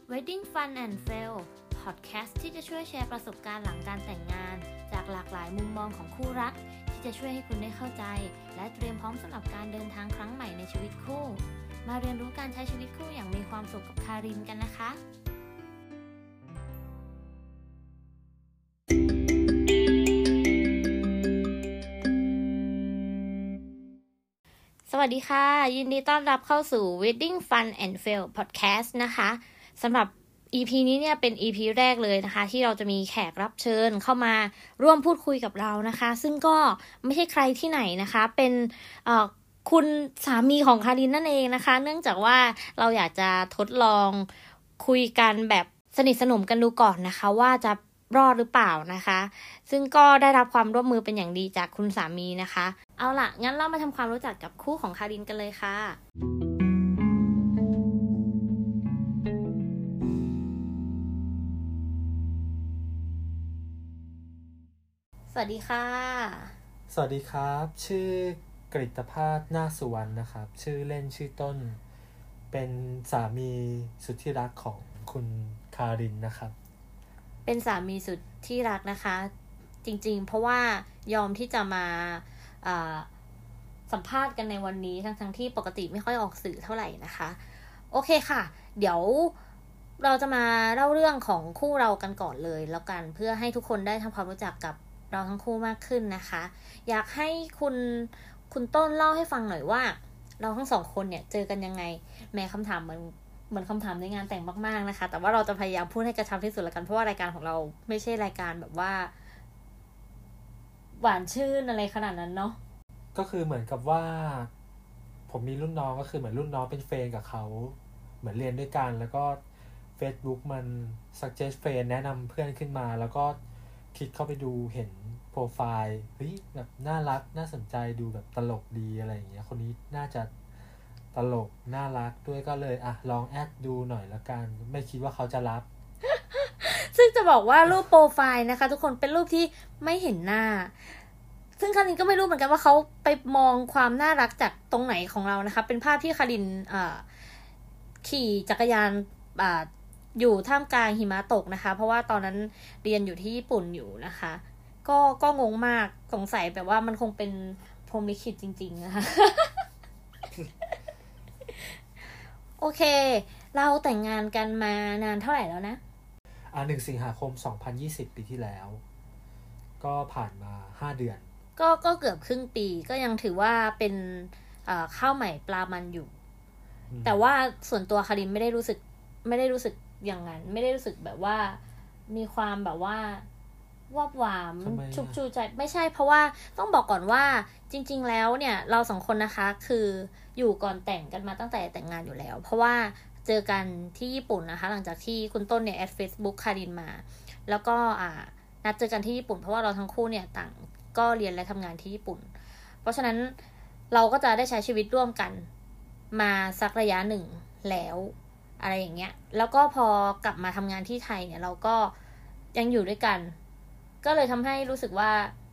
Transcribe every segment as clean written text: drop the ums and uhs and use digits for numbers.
Wedding Fun and Fail พอดแคสต์ที่จะช่วยแชร์ประสบการณ์หลังการแต่งงานจากหลากหลายมุมมองของคู่รักที่จะช่วยให้คุณได้เข้าใจและเตรียมพร้อมสำหรับการเดินทางครั้งใหม่ในชีวิตคู่มาเรียนรู้การใช้ชีวิตคู่อย่างมีความสุขกับคารินกันนะคะสวัสดีค่ะยินดีต้อนรับเข้าสู่ Wedding Fun and Fail Podcast นะคะสำหรับ EP นี้เนี่ยเป็น EP แรกเลยนะคะที่เราจะมีแขกรับเชิญเข้ามาร่วมพูดคุยกับเรานะคะซึ่งก็ไม่ใช่ใครที่ไหนนะคะเป็นคุณสามีของคารินนั่นเองนะคะเนื่องจากว่าเราอยากจะทดลองคุยกันแบบสนิทสนมกันดูก่อนนะคะว่าจะรอดหรือเปล่านะคะซึ่งก็ได้รับความร่วมมือเป็นอย่างดีจากคุณสามีนะคะเอาล่ะงั้นเรามาทำความรู้จักกับคู่ของคารินกันเลยค่ะสวัสดีค่ะสวัสดีครับชื่อกฤตภาสนาคสุวรรณนะครับชื่อเล่นชื่อต้นเป็นสามีสุดที่รักของคุณคารินนะครับเป็นสามีสุดที่รักนะคะจริงๆเพราะว่ายอมที่จะมาสัมภาษณ์กันในวันนี้ทั้งที่ปกติไม่ค่อยออกสื่อเท่าไหร่นะคะโอเคค่ะเดี๋ยวเราจะมาเล่าเรื่องของคู่เรากันก่อนเลยแล้วกันเพื่อให้ทุกคนได้ทำความรู้จักกับเราทั้งคู่มากขึ้นนะคะอยากให้คุณต้นเล่าให้ฟังหน่อยว่าเราทั้งสองคนเนี่ยเจอกันยังไงแม้คำถามเหมือนคำถามในงานแต่งมากๆนะคะแต่ว่าเราจะพยายามพูดให้กระชับที่สุดละกันเพราะว่ารายการของเราไม่ใช่รายการแบบว่าหวานชื่นอะไรขนาดนั้นเนาะก็คือเหมือนกับว่าผมมีรุ่นน้องก็คือเหมือนรุ่นน้องเป็นเฟรนด์กับเขาเหมือนเรียนด้วยกันแล้วก็ Facebook มัน suggest เฟรนด์แนะนำเพื่อนขึ้นมาแล้วก็คลิกเข้าไปดูเห็นโปรไฟล์เฮ้ยแบบน่ารักน่าสนใจดูแบบตลกดีอะไรอย่างเงี้ยคนนี้น่าจะตลกน่ารักด้วยก็เลยลองแอดดูหน่อยละกันไม่คิดว่าเขาจะรับซึ่งจะบอกว่ารูปโปรไฟล์นะคะทุกคนเป็นรูปที่ไม่เห็นหน้าซึ่งคารินก็ไม่รู้เหมือนกันว่าเขาไปมองความน่ารักจากตรงไหนของเรานะคะเป็นภาพที่คารินขี่จักรยานอยู่ท่ามกลางหิมะตกนะคะเพราะว่าตอนนั้นเรียนอยู่ที่ญี่ปุ่นอยู่นะคะก็งงมากสงสัยแบบว่ามันคงเป็นพรหมลิขิตจริงๆนะคะ โอเคเราแต่งงานกันมานานเท่าไหร่แล้วนะ 1 สิงหาคม 2020 ปีที่แล้วก็ผ่านมา5 เดือนก็เกือบครึ่งปีก็ยังถือว่าเป็นข้าวใหม่ปลามันอยู่แต่ว่าส่วนตัวคารินไม่ได้รู้สึกอย่างนั้นไม่ได้รู้สึกแบบว่ามีความแบบว่าวาบหวามชุบชูใจไม่ใช่เพราะว่าต้องบอกก่อนว่าจริงๆแล้วเนี่ยเราสองคนนะคะคืออยู่ก่อนแต่งกันมาตั้งแต่แต่งงานอยู่แล้วเพราะว่าเจอกันที่ญี่ปุ่นนะคะหลังจากที่คุณต้นเนี่ยแอด Facebook คารินมาแล้วก็นัดเจอกันที่ญี่ปุ่นเพราะว่าเราทั้งคู่เนี่ยต่างก็เรียนและทำงานที่ญี่ปุ่นเพราะฉะนั้นเราก็จะได้ใช้ชีวิตร่วมกันมาสักระยะหนึ่งแล้วอะไรอย่างเงี้ยแล้วก็พอกลับมาทำงานที่ไทยเนี่ยเราก็ยังอยู่ด้วยกันก็เลยทำให้รู้สึกว่า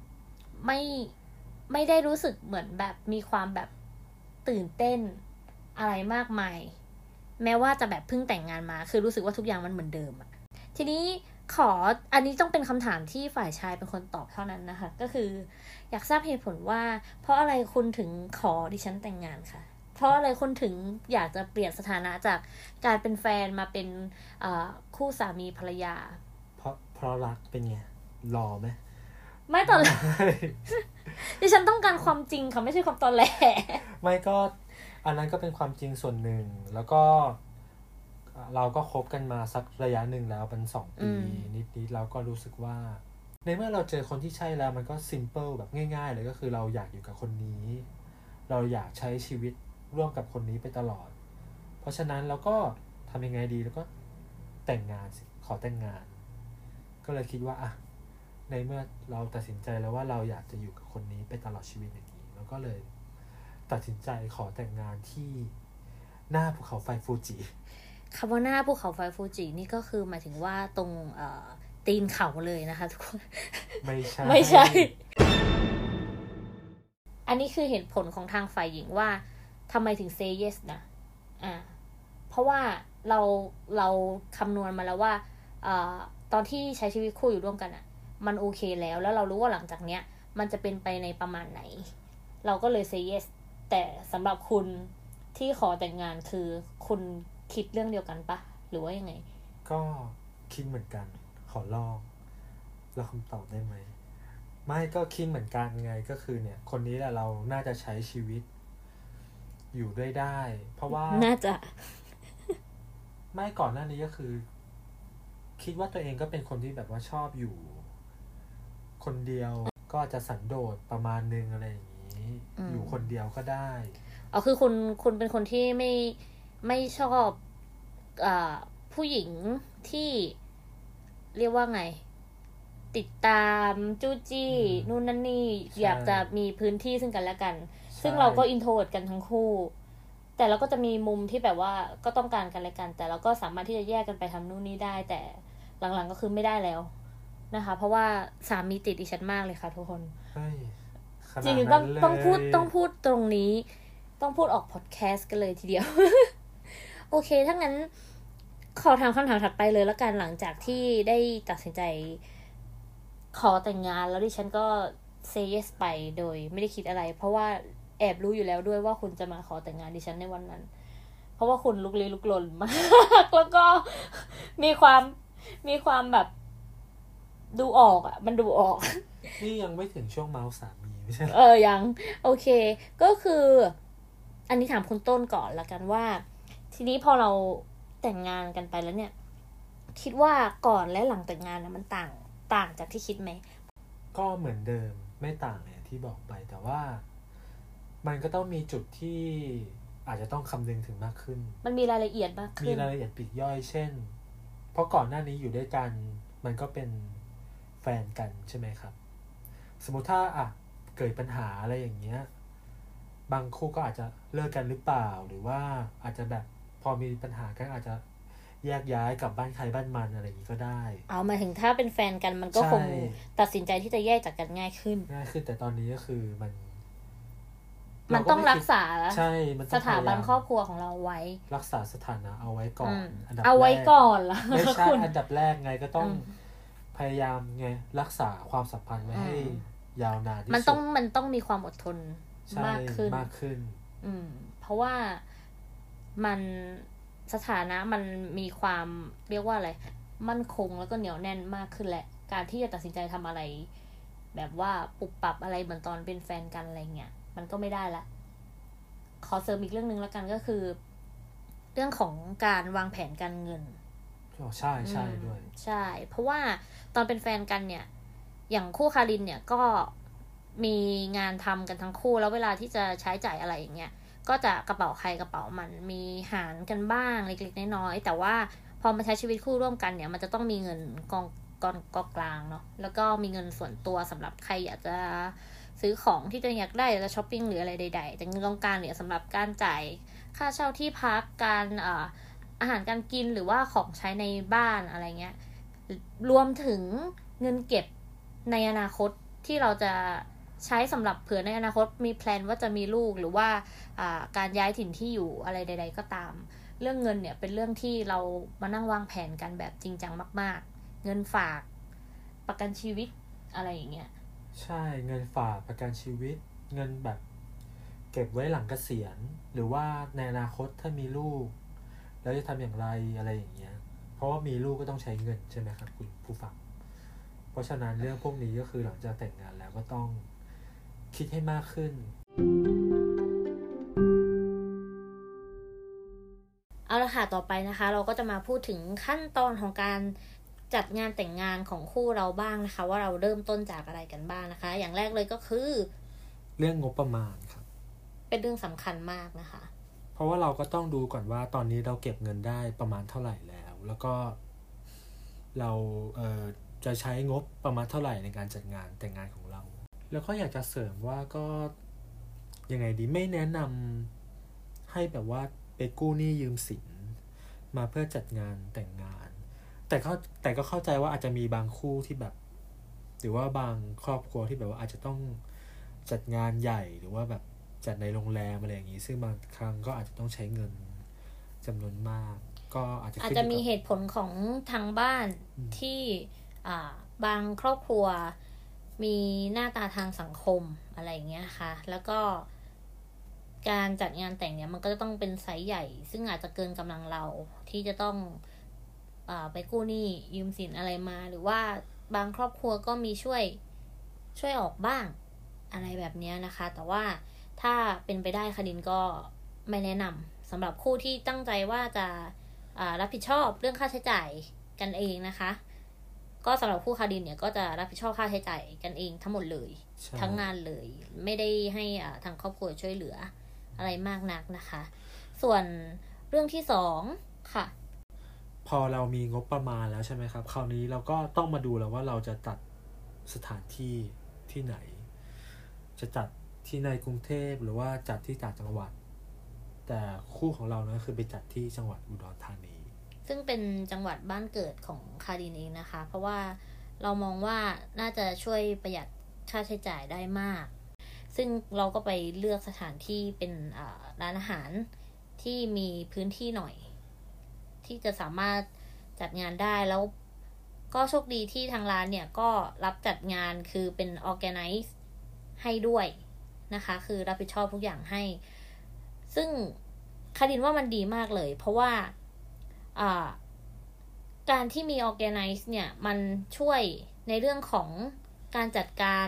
ไม่ได้รู้สึกเหมือนแบบมีความแบบตื่นเต้นอะไรมากมายแม้ว่าจะแบบเพิ่งแต่งงานมาคือรู้สึกว่าทุกอย่างมันเหมือนเดิมอะทีนี้อันนี้ต้องเป็นคำถามที่ฝ่ายชายเป็นคนตอบเท่านั้นนะคะก็คืออยากทราบเหตุผลว่าเพราะอะไรคุณถึงขอดิฉันแต่งงานค่ะเพราะอะไรคุณถึงอยากจะเปลี่ยนสถานะจากการเป็นแฟนมาเป็นคู่สามีภรรยาเพราะรักเป็นไงหล่อไหมไม่ตอนแรก ดิฉันต้องการความจริงค่ะไม่ใช่ความตอนแรกไม่ก็อันนั้นก็เป็นความจริงส่วนหนึ่งแล้วก็เราก็คบกันมาสักระยะหนึ่งแล้วเป็น2 ปีนิดๆแล้วก็รู้สึกว่าในเมื่อเราเจอคนที่ใช่แล้วมันก็ซิมเปิลแบบง่ายๆเลยก็คือเราอยากอยู่กับคนนี้เราอยากใช้ชีวิตร่วมกับคนนี้ไปตลอดเพราะฉะนั้นเราก็ทำยังไงดีแล้วก็แต่งงานสิขอแต่งงานก็เลยคิดว่าในเมื่อเราตัดสินใจแล้วว่าเราอยากจะอยู่กับคนนี้ไปตลอดชีวิตอย่างนี้เราก็เลยตัดสินใจขอแต่งงานที่หน้าภูเขาไฟฟูจิคำว่าหน้าภูเขาไฟฟูจินี่ก็คือหมายถึงว่าตรงตีนเขาเลยนะคะทุกคนไม่ใช่อันนี้คือเหตุผลของทางฝ่ายหญิงว่าทำไมถึง say yes นะเพราะว่าเราเราคำนวณมาแล้วว่าตอนที่ใช้ชีวิตคู่อยู่ร่วมกันอะมันโอเคแล้วเรารู้ว่าหลังจากเนี้ยมันจะเป็นไปในประมาณไหนเราก็เลย say yes แต่สำหรับคุณที่ขอแต่งงานคือคุณคิดเรื่องเดียวกันปะหรือว่ายังไงก็คิดเหมือนกันขอลองแล้วคำตอบได้ไหมไม่ก็คิดเหมือนกันไงก็คือเนี่ยคนนี้แหละเราน่าจะใช้ชีวิตอยู่ด้วยได้เพราะว่าน่าจะไม่ก่อนหน้านี้ก็คือคิดว่าตัวเองก็เป็นคนที่แบบว่าชอบอยู่คนเดียวก็อาจจะสันโดษประมาณนึงอะไรอย่างนี้อยู่คนเดียวก็ได้อ๋อคือคุณเป็นคนที่ไม่ชอบผู้หญิงที่เรียกว่าไงติดตามจู้จี้นู่นนั่นนี่อยากจะมีพื้นที่ซึ่งกันและกันซึ่งเราก็อินโทรเวิร์ตกันทั้งคู่แต่เราก็จะมีมุมที่แบบว่าก็ต้องการกันและกันแต่เราก็สามารถที่จะแยกกันไปทำนู่นนี่ได้แต่หลังๆก็คือไม่ได้แล้วนะคะเพราะว่าสามีติดดิฉันมากเลยค่ะทุกคนจริงๆต้องพูดตรงนี้ต้องพูดออกพอดแคสต์กันเลยทีเดียว โอเคถ้างั้นขอถามคำถามถัดไปเลยแล้วกันหลังจากที่ได้ตัดสินใจขอแต่งงานแล้วดิฉันก็ say yes ไปโดยไม่ได้คิดอะไรเพราะว่าแอบรู้อยู่แล้วด้วยว่าคุณจะมาขอแต่งงานดิฉันในวันนั้นเพราะว่าคุณลุกลี้ลุกลนมากแล้วก็มีความแบบดูออกอ่ะมันดูออกนี่ยังไม่ถึงช่วงเมาส์สามีไม่ใช่ยังโอเคก็คืออันนี้ถามคุณต้นก่อนละกันว่าทีนี้พอเราแต่งงานกันไปแล้วเนี่ยคิดว่าก่อนและหลังแต่งงานนะมันต่างจากที่คิดไหมก็เหมือนเดิมไม่ต่างเนี่ยที่บอกไปแต่ว่ามันก็ต้องมีจุดที่อาจจะต้องคำนึงถึงมากขึ้นมันมีรายละเอียดมากขึ้นมีรายละเอียดปลีกย่อยเช่นเพราะก่อนหน้านี้อยู่ด้วยกันมันก็เป็นแฟนกันใช่ไหมครับสมมติถ้าเกิดปัญหาอะไรอย่างเงี้ยบางคู่ก็อาจจะเลิกกันหรือเปล่าหรือว่าอาจจะแบบพอมีปัญหากันอาจจะแยกย้ายกลับบ้านใครบ้านมันอะไรอย่างนี้ก็ได้หมายถึงถ้าเป็นแฟนกันมันก็คงตัดสินใจที่จะแยกจากกันง่ายขึ้นแต่ตอนนี้ก็คือมันต้องรักษาสถาบันครอบครัวของเราไว้รักษาสถานะเอาไว้ก่อนเอาไว้ก่อนล่ะไม่ใช่อันดับแรกไงก็ต้องพยายามไงรักษาความสัมพันธ์ไว้ให้ยาวนานที่สุดมันต้องมีความอดทนมากขึ้นเพราะว่ามันสถานะมันมีความเรียกว่าอะไรมั่นคงแล้วก็เหนียวแน่นมากขึ้นแหละการที่จะตัดสินใจทำอะไรแบบว่าปุบปับอะไรเหมือนตอนเป็นแฟนกันอะไรเงี้ยมันก็ไม่ได้ละขอเสริมอีกเรื่องนึงแล้วกันก็คือเรื่องของการวางแผนการเงินใช่ใช่ด้วยใช่เพราะว่าตอนเป็นแฟนกันเนี่ยอย่างคู่คารินเนี่ยก็มีงานทำกันทั้งคู่แล้วเวลาที่จะใช้จ่ายอะไรอย่างเงี้ยก็จะกระเป๋าใครกระเป๋ามันมีหารกันบ้างเล็กๆน้อยๆแต่ว่าพอมาใช้ชีวิตคู่ร่วมกันเนี่ยมันจะต้องมีเงินกองกลางเนาะแล้วก็มีเงินส่วนตัวสำหรับใครอยากจะซื้อของที่ตัวเองอยากได้อยากจะช้อปปิ้งหรืออะไรใดๆแต่เงินกองกลางเนี่ยสำหรับการจ่ายค่าเช่าที่พักการอาหารการกินหรือว่าของใช้ในบ้านอะไรเงี้ยรวมถึงเงินเก็บในอนาคตที่เราจะใช้สำหรับเผื่อในอนาคตมีแพลนว่าจะมีลูกหรือว่าการย้ายถิ่นที่อยู่อะไรใดๆก็ตามเรื่องเงินเนี่ยเป็นเรื่องที่เรามานั่งวางแผนกันแบบจริงจังมากๆเงินฝากประกันชีวิตอะไรอย่างเงี้ยใช่เงินฝากประกันชีวิตเงินแบบเก็บไว้หลังเกษียณหรือว่าในอนาคตถ้ามีลูกแล้วจะทำอย่างไรอะไรอย่างเงี้ยเพราะว่ามีลูกก็ต้องใช้เงินใช่ไหมครับคุณผู้ฟังเพราะฉะนั้นเรื่องพวกนี้ก็คือหลังจากแต่งงานแล้วก็ต้องคิดให้มากขึ้นเอาละค่ะต่อไปนะคะเราก็จะมาพูดถึงขั้นตอนของการจัดงานแต่งงานของคู่เราบ้างนะคะว่าเราเริ่มต้นจากอะไรกันบ้างนะคะอย่างแรกเลยก็คือเรื่องงบประมาณครับเป็นเรื่องสำคัญมากนะคะเพราะว่าเราก็ต้องดูก่อนว่าตอนนี้เราเก็บเงินได้ประมาณเท่าไหร่แล้วก็เราจะใช้งบประมาณเท่าไหร่ในการจัดงานแต่งงานของเราแล้วก็อยากจะเสริมว่าก็ยังไงดีไม่แนะนำให้แบบว่าไปกู้หนี้ยืมสินมาเพื่อจัดงานแต่งงานแต่ก็เข้าใจว่าอาจจะมีบางคู่ที่แบบหรือว่าบางครอบครัวที่แบบว่าอาจจะต้องจัดงานใหญ่หรือว่าแบบจัดในโรงแรมอะไรอย่างนี้ซึ่งบางครั้งก็อาจจะต้องใช้เงินจำนวนมากก็อาจจะมีเหตุผลของทางบ้านที่บางครอบครัวมีหน้าตาทางสังคมอะไรอย่างเงี้ยค่ะแล้วก็การจัดงานแต่งเนี่ยมันก็จะต้องเป็นไซส์ใหญ่ซึ่งอาจจะเกินกำลังเราที่จะต้องไปกู้หนี้ยืมสินอะไรมาหรือว่าบางครอบครัวก็มีช่วยออกบ้างอะไรแบบนี้นะคะแต่ว่าถ้าเป็นไปได้คดินก็ไม่แนะนำสำหรับคู่ที่ตั้งใจว่าจะรับผิดชอบเรื่องค่าใช้จ่ายกันเองนะคะก็สำหรับคู่คดินเนี่ยก็จะรับผิดชอบค่าใช้จ่ายกันเองทั้งหมดเลยทั้งงานเลยไม่ได้ให้ทางครอบครัวช่วยเหลืออะไรมากนักนะคะส่วนเรื่องที่2ค่ะพอเรามีงบประมาณแล้วใช่ไหมครับคราวนี้เราก็ต้องมาดูแล้วว่าเราจะจัดสถานที่ที่ไหนจะจัดที่ในกรุงเทพหรือว่าจัดที่ต่างจังหวัดแต่คู่ของเรานะคือไปจัดที่จังหวัดอุดรธานีซึ่งเป็นจังหวัดบ้านเกิดของคาดินเองนะคะเพราะว่าเรามองว่าน่าจะช่วยประหยัดค่าใช้จ่ายได้มากซึ่งเราก็ไปเลือกสถานที่เป็นร้านอาหารที่มีพื้นที่หน่อยที่จะสามารถจัดงานได้แล้วก็โชคดีที่ทางร้านเนี่ยก็รับจัดงานคือเป็น organize ให้ด้วยนะคะคือรับผิดชอบทุกอย่างให้ซึ่งคาดินว่ามันดีมากเลยเพราะว่าการที่มี organize เนี่ยมันช่วยในเรื่องของการจัด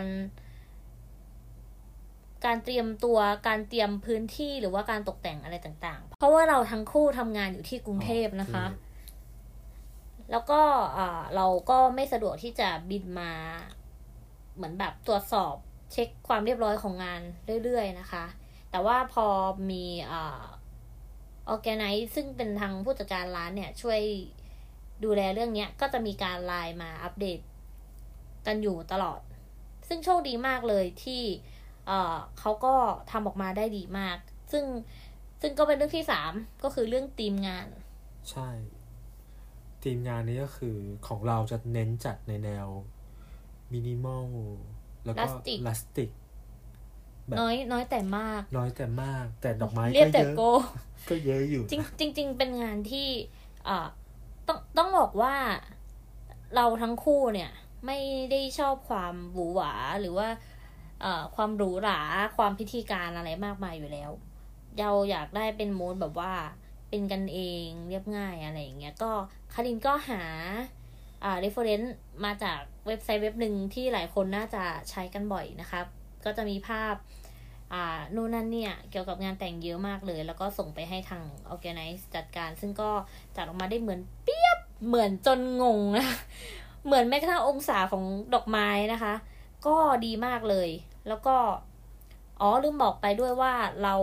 การเตรียมตัวการเตรียมพื้นที่หรือว่าการตกแต่งอะไรต่างๆเพราะว่าเราทั้งคู่ทำงานอยู่ที่กรุงเทพนะคะแล้วก็เราก็ไม่สะดวกที่จะบินมาเหมือนแบบตรวจสอบเช็คความเรียบร้อยของงานเรื่อยๆนะคะแต่ว่าพอมีorganize ซึ่งเป็นทางผู้จัดการร้านเนี่ยช่วยดูแลเรื่องนี้ก็จะมีการไลน์มาอัปเดตกันอยู่ตลอดซึ่งโชคดีมากเลยที่เขาก็ทำออกมาได้ดีมากซึ่งก็เป็นเรื่องที่3ก็คือเรื่องธีมงานใช่ธีมงานนี้ก็คือของเราจะเน้นจัดในแนวมินิมอลแล้วก็พลาสติกน้อยแต่มากแต่ดอกไม้ก็เยอะก็เยอะอยู่จริงเป็นงานที่ต้องบอกว่าเราทั้งคู่เนี่ยไม่ได้ชอบความหวือหวาหรือว่าความหรูหราความพิธีการอะไรมากมายอยู่แล้วเราอยากได้เป็นโหมดแบบว่าเป็นกันเองเรียบง่ายอะไรอย่างเงี้ยก็คารินก็หาreference มาจากเว็บไซต์เว็บหนึ่งที่หลายคนน่าจะใช้กันบ่อยนะครับก็จะมีภาพนู่นนั่นเนี่ยเกี่ยวกับงานแต่งเยอะมากเลยแล้วก็ส่งไปให้ทาง organize จัดการซึ่งก็จัดออกมาได้เหมือนเปียบเหมือนจนงงนะเหมือนแม้กระทั่งองศาของดอกไม้นะคะก็ดีมากเลยแล้วก็ลืมบอกไปด้วยว่าเรา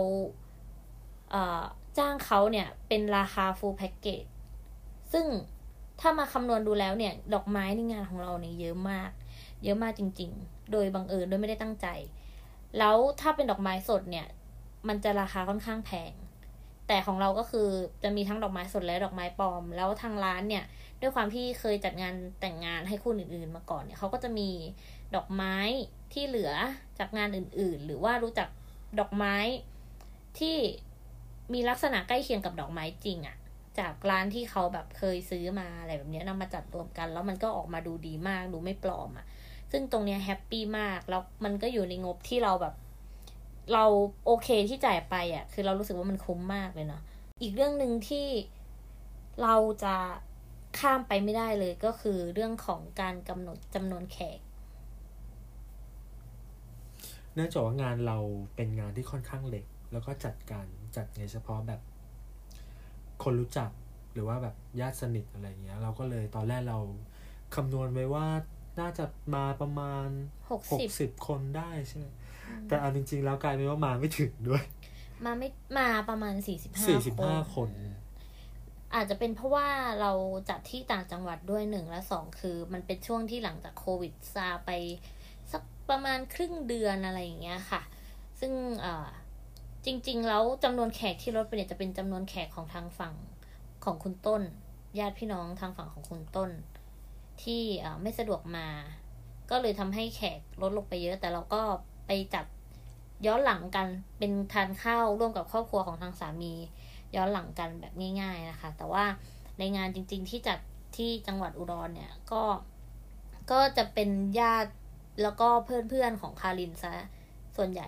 จ้างเขาเนี่ยเป็นราคา full package ซึ่งถ้ามาคำนวณดูแล้วเนี่ยดอกไม้ในงานของเราเนี่ยเยอะมากจริงๆโดยบังเอิญโดยไม่ได้ตั้งใจแล้วถ้าเป็นดอกไม้สดเนี่ยมันจะราคาค่อนข้างแพงแต่ของเราก็คือจะมีทั้งดอกไม้สดและดอกไม้ปลอมแล้วทางร้านเนี่ยด้วยความที่เคยจัดงานแต่งงานให้คู่อื่นๆมาก่อนเนี่ยเขาก็จะมีดอกไม้ที่เหลือจากงานอื่นๆหรือว่ารู้จักดอกไม้ที่มีลักษณะใกล้เคียงกับดอกไม้จริงอ่ะจากร้านที่เขาแบบเคยซื้อมาอะไรแบบนี้นำมาจัดรวมกันแล้วมันก็ออกมาดูดีมากดูไม่ปลอมอ่ะซึ่งตรงเนี้ยแฮปปี้มากแล้วมันก็อยู่ในงบที่เราแบบเราโอเคที่จ่ายไปอ่ะคือเรารู้สึกว่ามันคุ้มมากเลยเนาะอีกเรื่องนึงที่เราจะข้ามไปไม่ได้เลยก็คือเรื่องของการกำหนดจำนวนแขกเนื่องจากว่างานเราเป็นงานที่ค่อนข้างเล็กแล้วก็จัดในเฉพาะแบบคนรู้จักหรือว่าแบบญาติสนิทอะไรเงี้ยเราก็เลยตอนแรกเราคำนวณไว้ว่าน่าจะมาประมาณ60คนได้ใช่ไหมแต่เอาจริงๆแล้วกลายเป็นว่ามาไม่ถึงด้วยมาประมาณ45คนอาจจะเป็นเพราะว่าเราจัดที่ต่างจังหวัดด้วย1และ2คือมันเป็นช่วงที่หลังจากโควิดซาไปสักประมาณครึ่งเดือนอะไรอย่างเงี้ยค่ะซึ่งจริงๆแล้วจำนวนแขกที่ลดไปเนี่ยจะเป็นจำนวนแขกของทางฝั่งของคุณต้นญาติพี่น้องทางฝั่งของคุณต้นที่ไม่สะดวกมาก็เลยทำให้แขกลดลงไปเยอะแต่เราก็ไปจัดย้อนหลังกันเป็นทานข้าวร่วมกับครอบครัวของทางสามีย้อนหลังกันแบบง่ายๆนะคะแต่ว่าในงานจริงๆที่จัดที่จังหวัดอุดรเนี่ยก็จะเป็นญาติแล้วก็เพื่อนๆของคารินซะส่วนใหญ่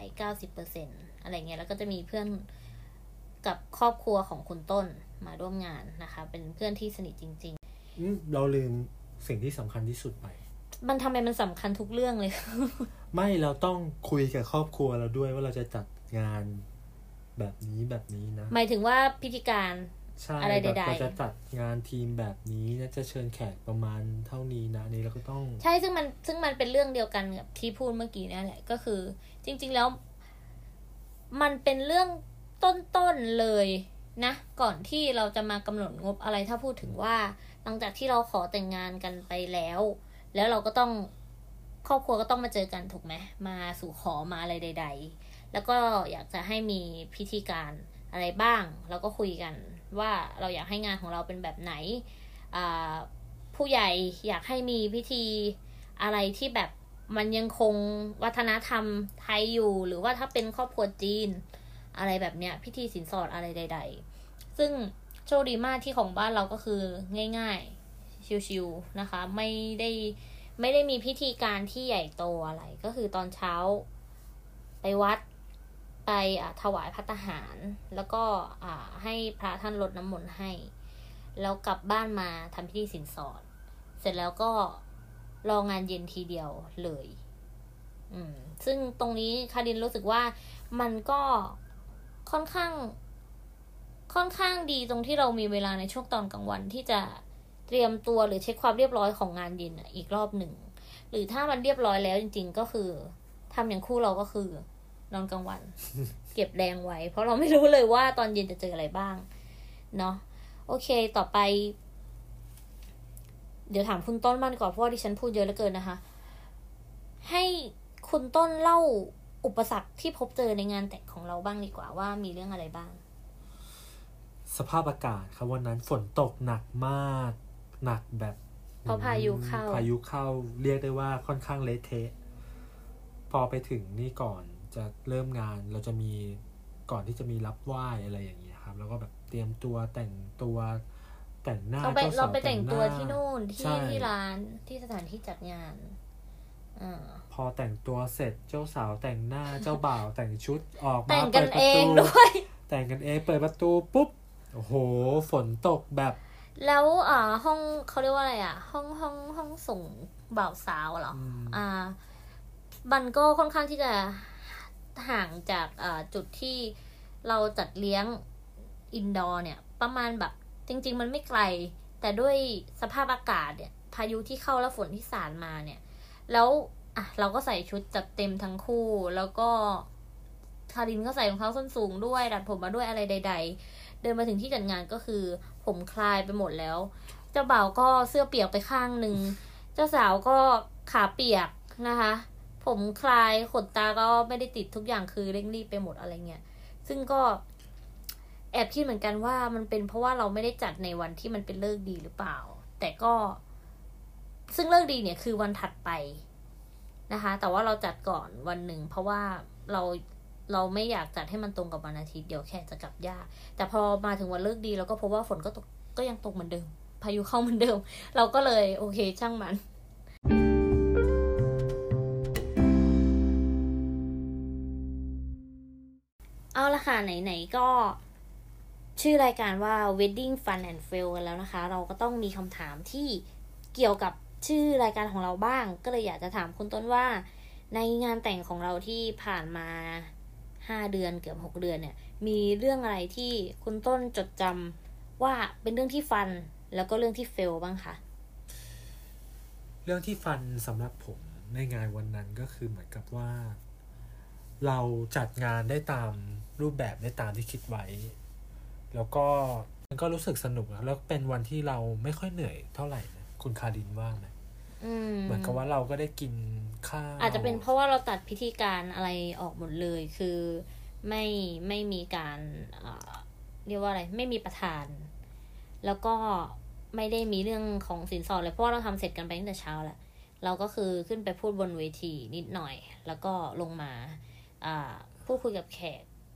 90% อะไรเงี้ยแล้วก็จะมีเพื่อนกับครอบครัวของคุณต้นมาร่วมงานนะคะเป็นเพื่อนที่สนิทจริงๆเราลืมสิ่งที่สำคัญที่สุดไปมันทำไมมันสำคัญทุกเรื่องเลยไม่เราต้องคุยกับครอบครัวเราด้วยว่าเราจะจัดงานแบบนี้นะหมายถึงว่าพิธีการอะไรใดๆเราจะจัดงานทีมแบบนี้นะจะเชิญแขกประมาณเท่านี้นะนี่เราก็ต้องใช่ซึ่งมันเป็นเรื่องเดียวกันกับที่พูดเมื่อกี้นั่นแหละก็คือจริงๆแล้วมันเป็นเรื่องต้นๆเลยนะก่อนที่เราจะมากำหนดงบอะไรถ้าพูดถึงว่าหลังจากที่เราขอแต่งงานกันไปแล้วเราก็ต้องครอบครัวก็ต้องมาเจอกันถูกไหมมาสู่ขอมาอะไรใดๆแล้วก็อยากจะให้มีพิธีการอะไรบ้างเราก็คุยกันว่าเราอยากให้งานของเราเป็นแบบไหนผู้ใหญ่อยากให้มีพิธีอะไรที่แบบมันยังคงวัฒนธรรมไทยอยู่หรือว่าถ้าเป็นครอบครัวจีนอะไรแบบเนี้ยพิธีสินสอดอะไรใดๆซึ่งโชคดีมากที่ของบ้านเราก็คือง่ายๆชิวๆนะคะไม่ได้มีพิธีการที่ใหญ่โตอะไรก็คือตอนเช้าไปวัดไปถวายภัตตาหารแล้วก็ให้พระท่านรดน้ำมนต์ให้แล้วกลับบ้านมาทำพิธีสินสอดเสร็จแล้วก็รองานเย็นทีเดียวเลยซึ่งตรงนี้คารินรู้สึกว่ามันก็ค่อนข้างดีตรงที่เรามีเวลาในช่วงตอนกลางวันที่จะเตรียมตัวหรือเช็คความเรียบร้อยของงานเย็นอีกรอบหนึ่งหรือถ้ามันเรียบร้อยแล้วจริงๆก็คือทำอย่างคู่เราก็คือนอนกลางวัน เก็บแรงไว้เพราะเราไม่รู้เลยว่าตอนเย็นจะเจออะไรบ้างเนาะโอเคต่อไปเดี๋ยวถามคุณต้นบ้างดีกว่าเพราะว่าดิฉันพูดเยอะเหลือเกินนะคะให้คุณต้นเล่าอุปสรรคที่พบเจอในงานแต่งของเราบ้างดีกว่าว่ามีเรื่องอะไรบ้างสภาพอากาศครับวันนั้นฝนตกหนักมากหนักแบบเพราะพายุเข้าเรียกได้ว่าค่อนข้างเละเทะพอไปถึงนี่ก่อนจะเริ่มงานเราจะมีก่อนที่จะมีรับไหว้อะไรอย่างเงี้ยครับแล้วก็แบบเตรียมตัวแต่งตัวแต่งหน้าเจ้าสาวเราไปแต่งตัวที่นู่นที่ร้านที่สถานที่จัดงานพอแต่งตัวเสร็จเจ้าสาวแต่งหน้าเจ้าบ่าวแต่งชุดออกมาแต่งกันเองด้วยแต่งกันเองเปิดประตูปุ๊บโอ้โหฝนตกแบบแล้วห้องเขาเรียกว่าอะไรห้องส่งบ่าวสาวเหรอมันก็ค่อนข้างที่จะห่างจากจุดที่เราจัดเลี้ยงอินดอร์เนี่ยประมาณแบบจริงๆมันไม่ไกลแต่ด้วยสภาพอากาศเนี่ยพายุที่เข้าแล้วฝนที่สาดมาเนี่ยแล้วเราก็ใส่ชุดจัดเต็มทั้งคู่แล้วก็คารินก็ใส่รองเท้าส้นสูงด้วยดัดผมมาด้วยอะไรใดๆเดินมาถึงที่จัดงานก็คือผมคลายไปหมดแล้วเจ้าบ่าวก็เสื้อเปียกไปข้างนึงเจ้าสาวก็ขาเปียกนะคะผมคลายขนตาก็ไม่ได้ติดทุกอย่างคือเร่งรีบไปหมดอะไรเงี้ยซึ่งก็แอบคิดเหมือนกันว่ามันเป็นเพราะว่าเราไม่ได้จัดในวันที่มันเป็นฤกษ์ดีหรือเปล่าแต่ก็ซึ่งฤกษ์ดีเนี่ยคือวันถัดไปนะคะแต่ว่าเราจัดก่อนวันหนึ่งเพราะว่าเราไม่อยากจัดให้มันตรงกับวันอาทิตย์เดี๋ยวแขกจะกลับยากแต่พอมาถึงวันฤกษ์ดีเราก็พบว่าฝนก็ยังตกเหมือนเดิมพายุเข้าเหมือนเดิมเราก็เลยโอเคช่างมันเอาละค่ะไหนๆก็ชื่อรายการว่า Wedding Fun and Fail กันแล้วนะคะเราก็ต้องมีคำถามที่เกี่ยวกับชื่อรายการของเราบ้างก็เลยอยากจะถามคุณต้นว่าในงานแต่งของเราที่ผ่านมา5 เดือนเกือบ6 เดือนเนี่ยมีเรื่องอะไรที่คุณต้นจดจำว่าเป็นเรื่องที่ฟันแล้วก็เรื่องที่เฟลบ้างคะเรื่องที่ฟันสำหรับผมในงานวันนั้นก็คือเหมือนกับว่าเราจัดงานได้ตามรูปแบบได้ตามที่คิดไว้แล้วก็มันก็รู้สึกสนุกแล้วเป็นวันที่เราไม่ค่อยเหนื่อยเท่าไหร่นะคุณคารินว่าไหมเหมือนกับว่าเราก็ได้กินข้าวอาจจะเป็นเพราะว่าเราตัดพิธีการอะไรออกหมดเลยคือไม่มีการเรียกว่าอะไรไม่มีประธานแล้วก็ไม่ได้มีเรื่องของสินสอดเลยเพราะว่าเราทำเสร็จกันไปตั้งแต่เช้าแล้วเราก็คือขึ้นไปพูดบนเวทีนิดหน่อยแล้วก็ลงมาพูดคุยกับแขก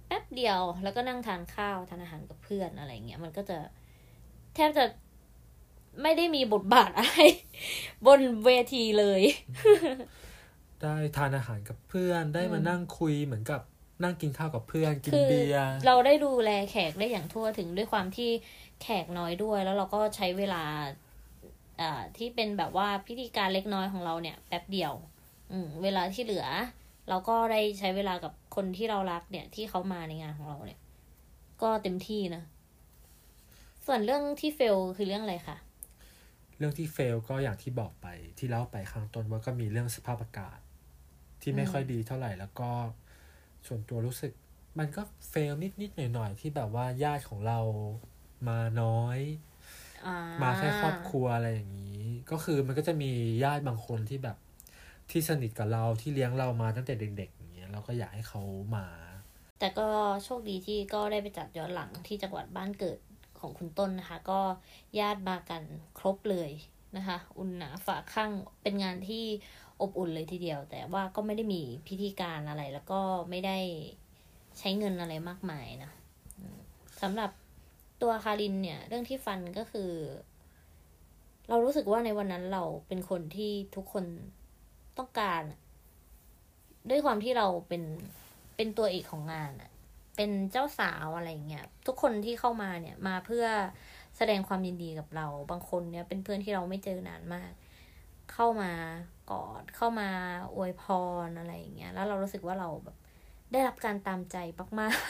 แป๊บเดียวแล้วก็นั่งทานข้าวทานอาหารกับเพื่อนอะไรเงี้ยมันก็จะแทบจะไม่ได้มีบทบาทอะไร บนเวทีเลยได้ทานอาหารกับเพื่อนได้มานั่งคุยเหมือนกับนั่งกินข้าวกับเพื่อนกินเบียร์เราได้ดูแลแขกได้อย่างทั่วถึงด้วยความที่แขกน้อยด้วยแล้วเราก็ใช้เวลาที่เป็นแบบว่าพิธีการเล็กน้อยของเราเนี่ยแป๊บเดียวเวลาที่เหลือเราก็ได้ใช้เวลากับคนที่เรารักเนี่ยที่เขามาในงานของเราเนี่ยก็เต็มที่นะส่วนเรื่องที่เฟลคือเรื่องอะไรคะเรื่องที่เฟลก็อย่างที่บอกไปที่เล่าไปข้างต้นว่าก็มีเรื่องสภาพอากาศที่ไม่ค่อยดีเท่าไหร่แล้วก็ส่วนตัวรู้สึกมันก็เฟลนิดหน่อยที่แบบว่าญาติของเรามาน้อยมาแค่ครอบครัวอะไรอย่างนี้ก็คือมันก็จะมีญาติบางคนที่แบบที่สนิทกับเราที่เลี้ยงเรามาตั้งแต่เด็กๆอย่างเงี้ยเราก็อยากให้เขามาแต่ก็โชคดีที่ก็ได้ไปจัดย้อนหลังที่จังหวัดบ้านเกิดของคุณต้นนะคะก็ญาติมากันครบเลยนะคะอุ่นหนาฝาข้างเป็นงานที่อบอุ่นเลยทีเดียวแต่ว่าก็ไม่ได้มีพิธีการอะไรแล้วก็ไม่ได้ใช้เงินอะไรมากมายนะสำหรับตัวคารินเนี่ยเรื่องที่ฟันก็คือเรารู้สึกว่าในวันนั้นเราเป็นคนที่ทุกคนต้องการด้วยความที่เราเป็นตัวเอกของงานเป็นเจ้าสาวอะไรเงี้ยทุกคนที่เข้ามาเนี่ยมาเพื่อแสดงความยินดีกับเราบางคนเนี่ยเป็นเพื่อนที่เราไม่เจอนานมากเข้ามากอดเข้ามาอวยพรอะไรอย่างเงี้ยแล้วเรารู้สึกว่าเราแบบได้รับการตามใจมาก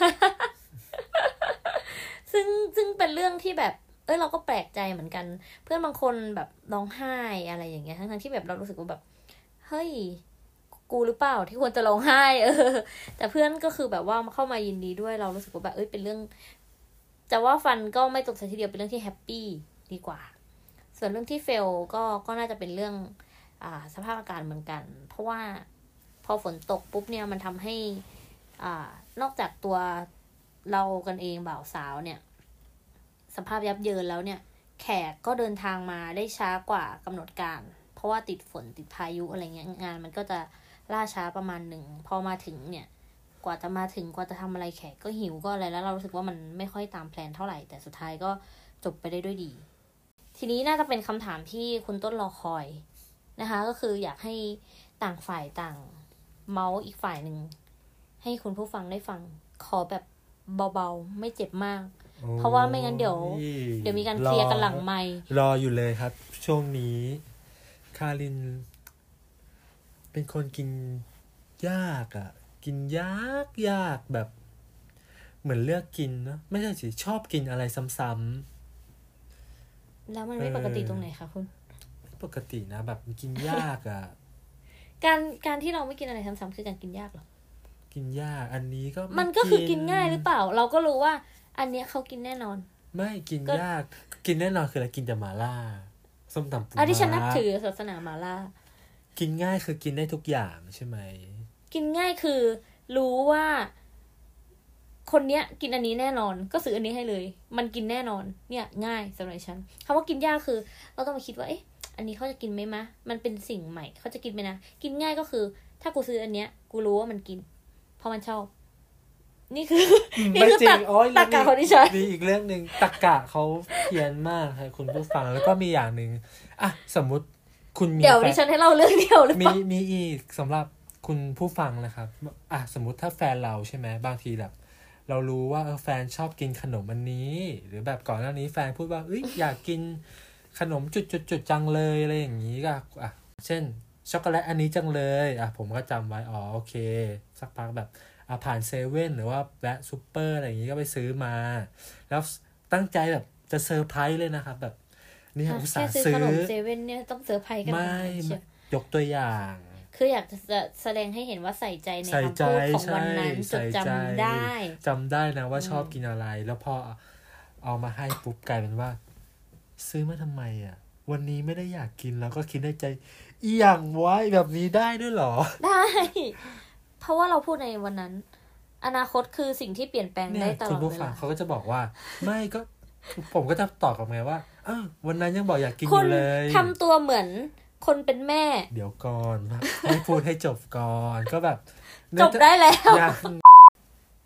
ๆ ซึ่งเป็นเรื่องที่แบบเราก็แปลกใจเหมือนกันเพื่อนบางคนแบบร้องไห้อะไรอย่างเงี้ยทั้งที่แบบเรารู้สึกว่าแบบเฮ้ยกูหรือเปล่าที่ควรจะร้องไห้แต่เพื่อนก็คือแบบว่าเข้ามายินดีด้วยเรารู้สึกว่าแบบเป็นเรื่องจะว่าฟันก็ไม่ตกใจทีเดียวเป็นเรื่องที่แฮปปี้ดีกว่าส่วนเรื่องที่เฟลก็น่าจะเป็นเรื่องสภาพอากาศเหมือนกันเพราะว่าพอฝนตกปุ๊บเนี่ยมันทำให้นอกจากตัวเรากันเองบ่าวสาวเนี่ยสภาพยับเยินแล้วเนี่ยแขกก็เดินทางมาได้ช้ากว่ากำหนดการเพราะว่าติดฝนติดพายุอะไรเงี้ยงานมันก็จะล่าช้าประมาณหนึ่งพอมาถึงเนี่ยกว่าจะมาถึงกว่าจะทำอะไรแขกก็หิวก็อะไรแล้วเรารู้สึกว่ามันไม่ค่อยตามแพลนเท่าไหร่แต่สุดท้ายก็จบไปได้ด้วยดีทีนี้น่าจะเป็นคำถามที่คุณต้นรอคอยนะคะก็คืออยากให้ต่างฝ่ายต่างเมาส์อีกฝ่ายหนึ่งให้คุณผู้ฟังได้ฟังขอแบบเบาๆไม่เจ็บมากเพราะว่าไม่งั้นเดี๋ยวมีการเคลียร์กันหลังไมค์รออยู่เลยครับช่วงนี้คารินเป็นคนกินยากกินยากแบบเหมือนเลือกกินนะไม่ใช่สิชอบกินอะไรซ้ำๆแล้วมันไม่ปกติตรงไหนคะคุณปกตินะแบบกินยากการที่เราไม่กินอะไรซ้ำๆคือการกินยากหรอกินยากอันนี้ก็มันก็คือกินง่ายหรือเปล่าเราก็รู้ว่าอันเนี้ยเขากินแน่นอนไม่กินยากกินแน่นอนคืออะไรกินแต่หม่าล่าส้มตำปูม้าที่ฉันนับถือศาสนาหม่าล่ากินง่ายคือกินได้ทุกอย่างใช่ไหมกินง่ายคือรู้ว่าคนเนี้ยกินอันนี้แน่นอนก็ซื้ออันนี้ให้เลยมันกินแน่นอนเนี่ยง่ายสำหรับฉันคำว่ากินยากคือเราต้องมาคิดว่าอันนี้เขาจะกินไหมมะมันเป็นสิ่งใหม่เขาจะกินไหมนะกินง่ายก็คือถ้ากูซื้ออันเนี้ยกูรู้ว่ามันกินเพราะมันชอบนี่คือตรรกะของดิฉันมีอีกเรื่องนึงตรรกะเขาเพี้ยนมากค่ะคุณผู้ฟังแล้วก็มีอย่างนึงสมมุติคุณมีเดี๋ยวดิฉันให้เล่าเรื่องเดียวหรือเปล่ามีอีกสำหรับคุณผู้ฟังนะครับสมมุติถ้าแฟนเราใช่ไหมบางทีแบบเรารู้ว่าแฟนชอบกินขนมอันนี้หรือแบบก่อนหน้านี้แฟนพูดว่าอยากกินขนมจุดจังเลยอะไรอย่างนี้ก็เช่นช็อกโกแลตอันนี้จังเลยผมก็จำไว้โอเคสักพักแบบผ่านเซเว่นหรือว่าแวะซูเปอร์อะไรอย่างนี้ก็ไปซื้อมาแล้วตั้งใจแบบจะเซอร์ไพรส์เลยนะครับแบบนี่อุตส่าห์ซื้อขนมเซเว่นเนี่ยต้องเซอร์ไพรส์กันไม่ยกตัวอย่างคืออยากจะแสดงให้เห็นว่าใส่ใจในคำพูดของวันนั้นจดจำได้นะว่าชอบกินอะไรแล้วพอเอามาให้ปุ๊บกลายเป็นว่าซื้อมาทำไมวันนี้ไม่ได้อยากกินแล้วก็คิดในใจอีหยังวะแบบนี้ได้ด้วยหรอได้เพราะว่าเราพูดในวันนั้นอนาคตคือสิ่งที่เปลี่ยนแปลงได้ตลอดเวลาคุณผู้ฟังเขาก็จะบอกว่าไม่ก็ผมก็จะตอบกลับไงว่าวันนั้นยังบอกอยากกินอยู่เลยทำตัวเหมือนคนเป็นแม่เดี๋ยวก่อนให้พูดให้จบก่อนก็แบบจบได้แล้ว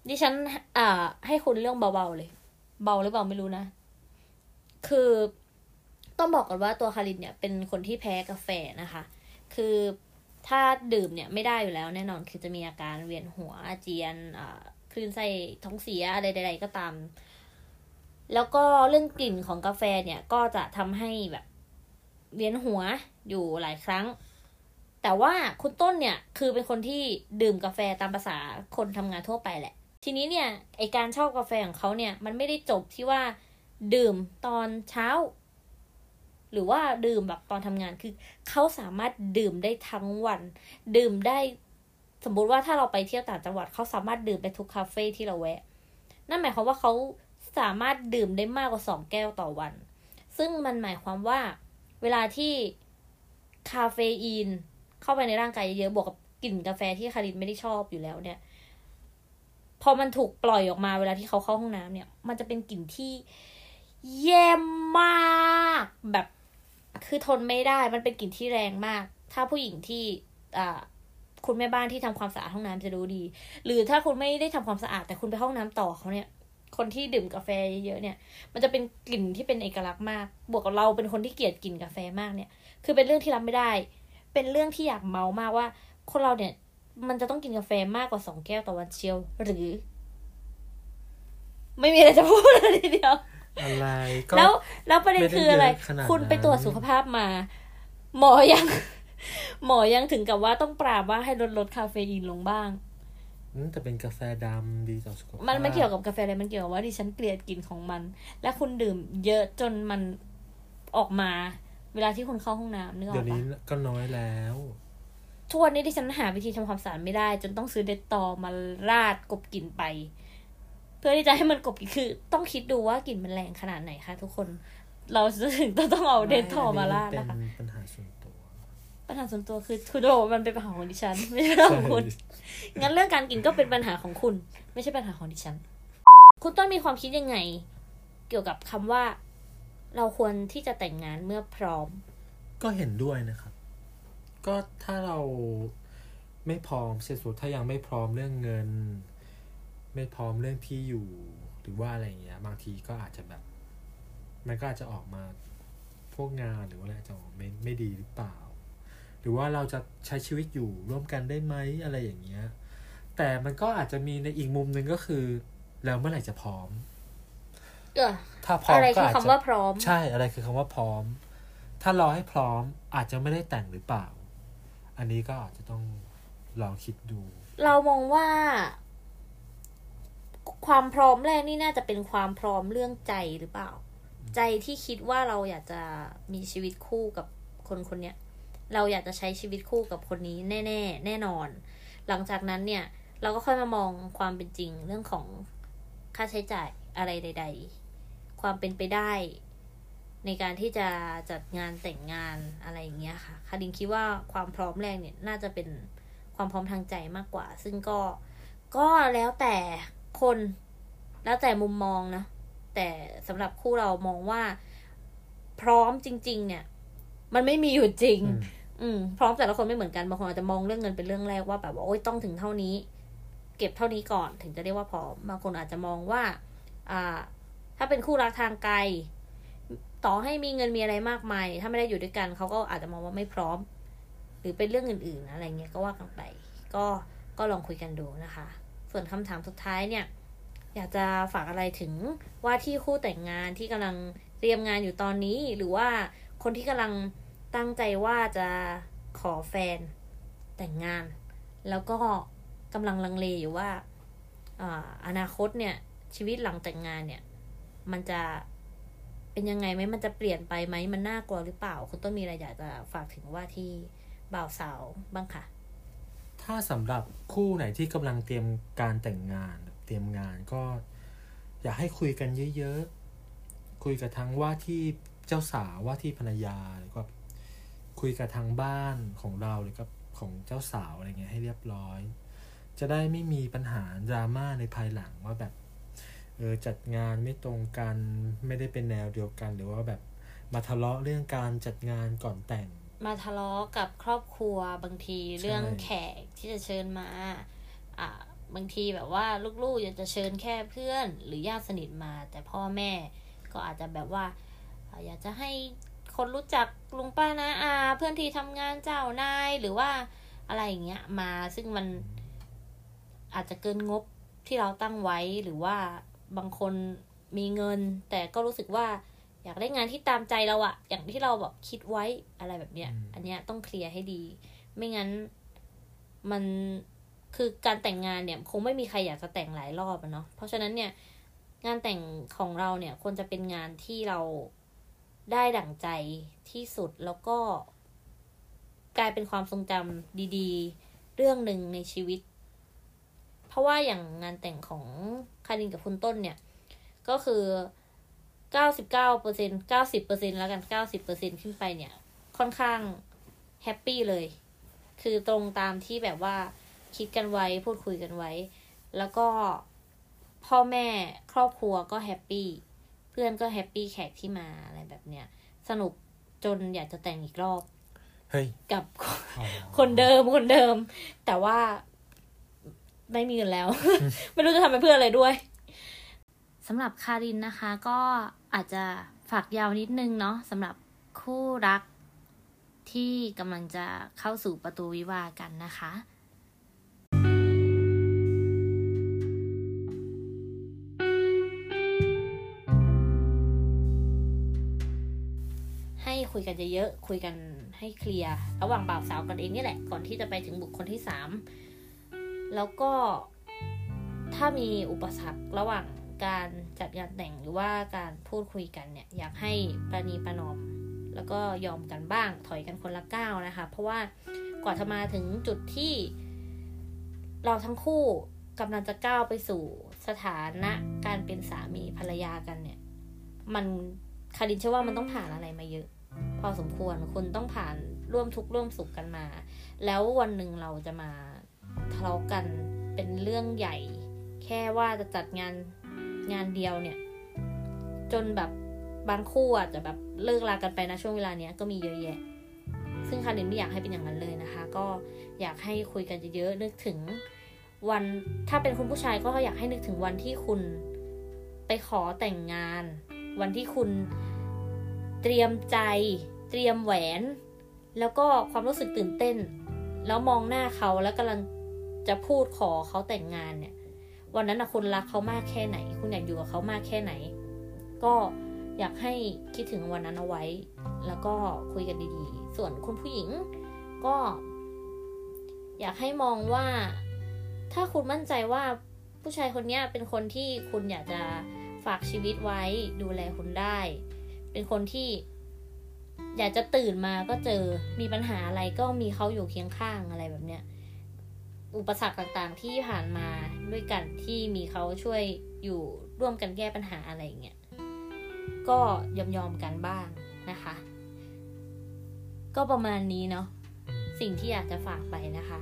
ดิฉันให้คุณเรื่องเบาๆเลยเบาหรือเปล่าไม่รู้นะคือต้องบอกก่อนว่าตัวคารินเนี่ยเป็นคนที่แพ้กาแฟนะคะคือถ้าดื่มเนี่ยไม่ได้อยู่แล้วแน่นอนคือจะมีอาการเวียนหัวอาเจียนคลื่นไส้ท้องเสียอะไรใดๆก็ตามแล้วก็เรื่องกลิ่นของกาแฟเนี่ยก็จะทำให้แบบเวียนหัวอยู่หลายครั้งแต่ว่าคุณต้นเนี่ยคือเป็นคนที่ดื่มกาแฟตามภาษาคนทำงานทั่วไปแหละทีนี้เนี่ยไอการชอบกาแฟของเขาเนี่ยมันไม่ได้จบที่ว่าดื่มตอนเช้าหรือว่าดื่มแบบตอนทำงานคือเขาสามารถดื่มได้ทั้งวันดื่มได้สมมุติว่าถ้าเราไปเที่ยวต่างจังหวัดเขาสามารถดื่มไปทุกคาเฟ่ที่เราแวะนั่นหมายความว่าเขาสามารถดื่มได้มากกว่า2 แก้วต่อวันซึ่งมันหมายความว่าเวลาที่คาเฟอีนเข้าไปในร่างกายเยอะบวกกับกลิ่นกาแฟที่คารินไม่ได้ชอบอยู่แล้วเนี่ยพอมันถูกปล่อยออกมาเวลาที่เขาเข้าห้องน้ำเนี่ยมันจะเป็นกลิ่นที่แย่มากแบบคือทนไม่ได้มันเป็นกลิ่นที่แรงมากถ้าผู้หญิงที่คุณแม่บ้านที่ทำความสะอาดห้องน้ำจะรู้ดีหรือถ้าคุณไม่ได้ทำความสะอาดแต่คุณไปห้องน้ำต่อเขาเนี่ยคนที่ดื่มกาแฟเยอะเนี่ยมันจะเป็นกลิ่นที่เป็นเอกลักษณ์มากบวกกับเราเป็นคนที่เกลียดกลิ่นกาแฟมากเนี่ยคือเป็นเรื่องที่รับไม่ได้เป็นเรื่องที่อยากเมามากว่าคนเราเนี่ยมันจะต้องกินกาแฟมากกว่า2 แก้วต่อวันเชียวหรือไม่มีอะไรจะพูดเลยทีเดียวอะไรก็แล้วประเด็นคืออะไรคุณไปตรวจสุขภาพมาหมอยังถึงกับว่าต้องปราบว่าให้ลดคาเฟอีนลงบ้างแต่เป็นกาแฟดำดีต่อสุขภาพมันไม่เกี่ยวกับกาแฟเลยมันเกี่ยวกับว่าดิฉันเกลียดกลิ่นของมันและคุณดื่มเยอะจนมันออกมาเวลาที่คุณเข้าห้องน้ำนึกออกปะเดี๋ยวนี้ก็น้อยแล้วทุกวันนี้ดิฉันหาวิธีทำความสะอาดไม่ได้จนต้องซื้อเดตตอลมาราดกลบกลิ่นไปเพื่อที่จะให้มันกลบกลิ่นคือต้องคิดดูว่ากลิ่นมันแรงขนาดไหนคะทุกคนเราถึงต้องเอาเดตตอลมาราดนะคะเป็นปัญหาส่วนตัวคือคุณโดมันเป็นปัญหาของดิฉันไม่ใช่เรื่องของคุณงั้นเรื่องการกินก็เป็นปัญหาของคุณไม่ใช่ปัญหาของดิฉันคุณต้นมีความคิดยังไงเกี่ยวกับคำว่าเราควรที่จะแต่งงานเมื่อพร้อมก็เห็นด้วยนะครับก็ถ้าเราไม่พร้อมเช่นสมมุติถ้ายังไม่พร้อมเรื่องเงินไม่พร้อมเรื่องที่อยู่หรือว่าอะไรเงี้ยบางทีก็อาจจะแบบมันก็อาจจะออกมาพวกงานหรือว่าอะไรจะออกไม่ดีหรือเปล่าหรือว่าเราจะใช้ชีวิตอยู่ร่วมกันได้ไหมอะไรอย่างเงี้ยแต่มันก็อาจจะมีในอีกมุมนึงก็คือแล้วเมื่อไหร่จะพร้อมถ้าพร้อมก็อาจจะใช่อะไรคือคำว่าพร้อมถ้ารอให้พร้อมอาจจะไม่ได้แต่งหรือเปล่าอันนี้ก็อาจจะต้องลองคิดดูเรามองว่าความพร้อมแรกนี่น่าจะเป็นความพร้อมเรื่องใจหรือเปล่าใจที่คิดว่าเราอยากจะมีชีวิตคู่กับคนคนนี้เราอยากจะใช้ชีวิตคู่กับคนนี้แน่นอนหลังจากนั้นเนี่ยเราก็ค่อยมามองความเป็นจริงเรื่องของค่าใช้จ่ายอะไรใดๆความเป็นไปได้ในการที่จะจัดงานแต่งงานอะไรอย่างเงี้ยค่ะคดินคิดว่าความพร้อมแรกเนี่ยน่าจะเป็นความพร้อมทางใจมากกว่าซึ่งก็แล้วแต่คนแล้วแต่มุมมองนะแต่สำหรับคู่เรามองว่าพร้อมจริงๆเนี่ยมันไม่มีอยู่จริงพร้อมแต่ละคนไม่เหมือนกันบางคนอาจจะมองเรื่องเงินเป็นเรื่องแรกว่าแบบว่าโอ๊ยต้องถึงเท่านี้เก็บเท่านี้ก่อนถึงจะเรียกว่าพร้อมบางคนอาจจะมองว่าถ้าเป็นคู่รักทางไกลต่อให้มีเงินมีอะไรมากมายถ้าไม่ได้อยู่ด้วยกันเขาก็อาจจะมองว่าไม่พร้อมหรือเป็นเรื่องอื่นๆอะไรเงี้ยก็ว่ากันไปก็ลองคุยกันดูนะคะส่วนคำถามสุดท้ายเนี่ยอยากจะฝากอะไรถึงว่าที่คู่แต่งงานที่กำลังเตรียมงานอยู่ตอนนี้หรือว่าคนที่กำลังตั้งใจว่าจะขอแฟนแต่งงานแล้วก็กำลังลังเลอยู่ว่าอนาคตเนี่ยชีวิตหลังแต่งงานเนี่ยมันจะเป็นยังไงไหมมันจะเปลี่ยนไปไหมมันน่ากลัวหรือเปล่าคุณต้นมีอะไรอยากจะฝากถึงว่าที่บ่าวสาวบ้างค่ะถ้าสำหรับคู่ไหนที่กำลังเตรียมการแต่งงานเตรียมงานก็อยากให้คุยกันเยอะๆคุยกับทั้งว่าที่เจ้าสาวว่าที่ภรรยาหรือว่าคุยกับทางบ้านของเราหรือกับของเจ้าสาวอะไรเงี้ยให้เรียบร้อยจะได้ไม่มีปัญหาดราม่าในภายหลังว่าแบบจัดงานไม่ตรงกันไม่ได้เป็นแนวเดียวกันหรือว่าแบบมาทะเลาะเรื่องการจัดงานก่อนแต่งมาทะเลาะกับครอบครัวบางทีเรื่องแขกที่จะเชิญมาบางทีแบบว่าลูกๆอยากจะเชิญแค่เพื่อนหรือญาติสนิทมาแต่พ่อแม่ก็อาจจะแบบว่าอยากจะให้คนรู้จักลุงป้าน้าอาเพื่อนที่ทำงานเจ้านายหรือว่าอะไรอย่างเงี้ยมาซึ่งมันอาจจะเกินงบที่เราตั้งไว้หรือว่าบางคนมีเงินแต่ก็รู้สึกว่าอยากได้งานที่ตามใจเราอะอย่างที่เราแบบคิดไว้อะไรแบบเนี้ยอันเนี้ยต้องเคลียร์ให้ดีไม่งั้นมันคือการแต่งงานเนี่ยคงไม่มีใครอยากจะแต่งหลายรอบเนาะเพราะฉะนั้นเนี่ยงานแต่งของเราเนี่ยควรจะเป็นงานที่เราได้ดั่งใจที่สุดแล้วก็กลายเป็นความทรงจำดีๆเรื่องหนึ่งในชีวิตเพราะว่าอย่างงานแต่งของคารินกับคุณต้นเนี่ยก็คือ 99% 90% แล้วกัน 90% ขึ้นไปเนี่ยค่อนข้างแฮปปี้เลยคือตรงตามที่แบบว่าคิดกันไว้พูดคุยกันไว้แล้วก็พ่อแม่ครอบครัวก็แฮปปี้เพื่อนก็แฮปปี้แขกที่มาอะไรแบบเนี้ยสนุกจนอยากจะแต่งอีกรอบเฮ้ยกับ คนเดิมแต่ว่าไม่มีเงินแล้ว ไม่รู้จะทำไปเพื่ออะไรด้วยสำหรับคารินนะคะก็อาจจะฝากยาวนิดนึงเนาะสำหรับคู่รักที่กำลังจะเข้าสู่ประตูวิวาห์กันนะคะให้คุยกันเยอะๆคุยกันให้เคลียร์ระหว่างบ่าวสาวกันเองนี่แหละก่อนที่จะไปถึงบุคคลที่3แล้วก็ถ้ามีอุปสรรคระหว่างการจัดงานแต่งหรือว่าการพูดคุยกันเนี่ยอยากให้ประนีประนอมแล้วก็ยอมกันบ้างถอยกันคนละก้าวนะคะเพราะว่ากว่าจะมาถึงจุดที่เราทั้งคู่กำลังจะก้าวไปสู่สถานะการเป็นสามีภรรยากันเนี่ยมันคารินเชื่อว่ามันต้องผ่านอะไรมาเยอะพอสมควรคุณต้องผ่านร่วมทุกข์ร่วมสุขกันมาแล้ววันหนึ่งเราจะมาทะเลาะกันเป็นเรื่องใหญ่แค่ว่าจะจัดงานเดียวเนี่ยจนแบบบางคู่อาจจะแบบเลิกลากันไปนะช่วงเวลาเนี้ยก็มีเยอะแยะซึ่งคารินไม่อยากให้เป็นอย่างนั้นเลยนะคะก็อยากให้คุยกันเยอะๆนึกถึงวันถ้าเป็นคุณผู้ชายก็อยากให้นึกถึงวันที่คุณไปขอแต่งงานวันที่คุณเตรียมใจเตรียมแหวนแล้วก็ความรู้สึกตื่นเต้นแล้วมองหน้าเขาแล้วกำลังจะพูดขอเขาแต่งงานเนี่ยวันนั้นนะคุณรักเขามากแค่ไหนคุณอยากอยู่กับเขามากแค่ไหนก็อยากให้คิดถึงวันนั้นเอาไว้แล้วก็คุยกันดีๆส่วนคุณผู้หญิงก็อยากให้มองว่าถ้าคุณมั่นใจว่าผู้ชายคนนี้เป็นคนที่คุณอยากจะฝากชีวิตไว้ดูแลคุณได้เป็นคนที่อยากจะตื่นมาก็เจอมีปัญหาอะไรก็มีเขาอยู่เคียงข้างอะไรแบบเนี้ยอุปสรรคต่างๆที่ผ่านมาด้วยกันที่มีเขาช่วยอยู่ร่วมกันแก้ปัญหาอะไรอย่างเงี้ยก็ยอมกันบ้างนะคะก็ประมาณนี้เนาะสิ่งที่อยากจะฝากไปนะคะ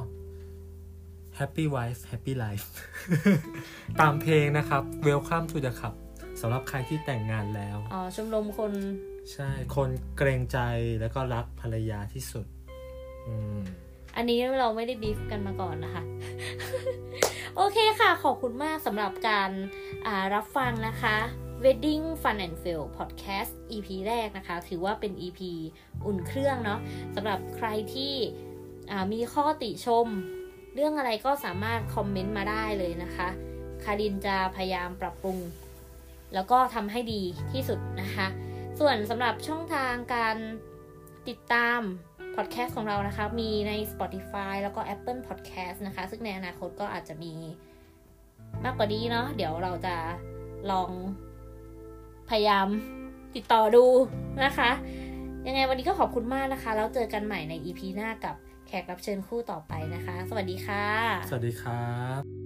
Happy Wife Happy Life ตามเพลงนะครับ Welcome to the Club สำหรับใครที่แต่งงานแล้วชมรมคนใช่คนเกรงใจแล้วก็รักภรรยาที่สุดอันนี้เราไม่ได้บีฟกันมาก่อนนะคะ โอเคค่ะขอบคุณมากสำหรับการรับฟังนะคะ Wedding Fun and Fail Podcast EP แรกนะคะถือว่าเป็น EP อุ่นเครื่องเนาะสำหรับใครที่มีข้อติชมเรื่องอะไรก็สามารถคอมเมนต์มาได้เลยนะคะคารินจะพยายามปรับปรุงแล้วก็ทำให้ดีที่สุดนะคะส่วนสำหรับช่องทางการติดตามพอดแคสต์ของเรานะคะมีใน Spotify แล้วก็ Apple Podcast นะคะซึ่งในอนาคตก็อาจจะมีมากกว่านี้เนาะเดี๋ยวเราจะลองพยายามติดต่อดูนะคะยังไงวันนี้ก็ขอบคุณมากนะคะแล้วเจอกันใหม่ใน EP หน้ากับแขกรับเชิญคู่ต่อไปนะคะสวัสดีค่ะสวัสดีครับ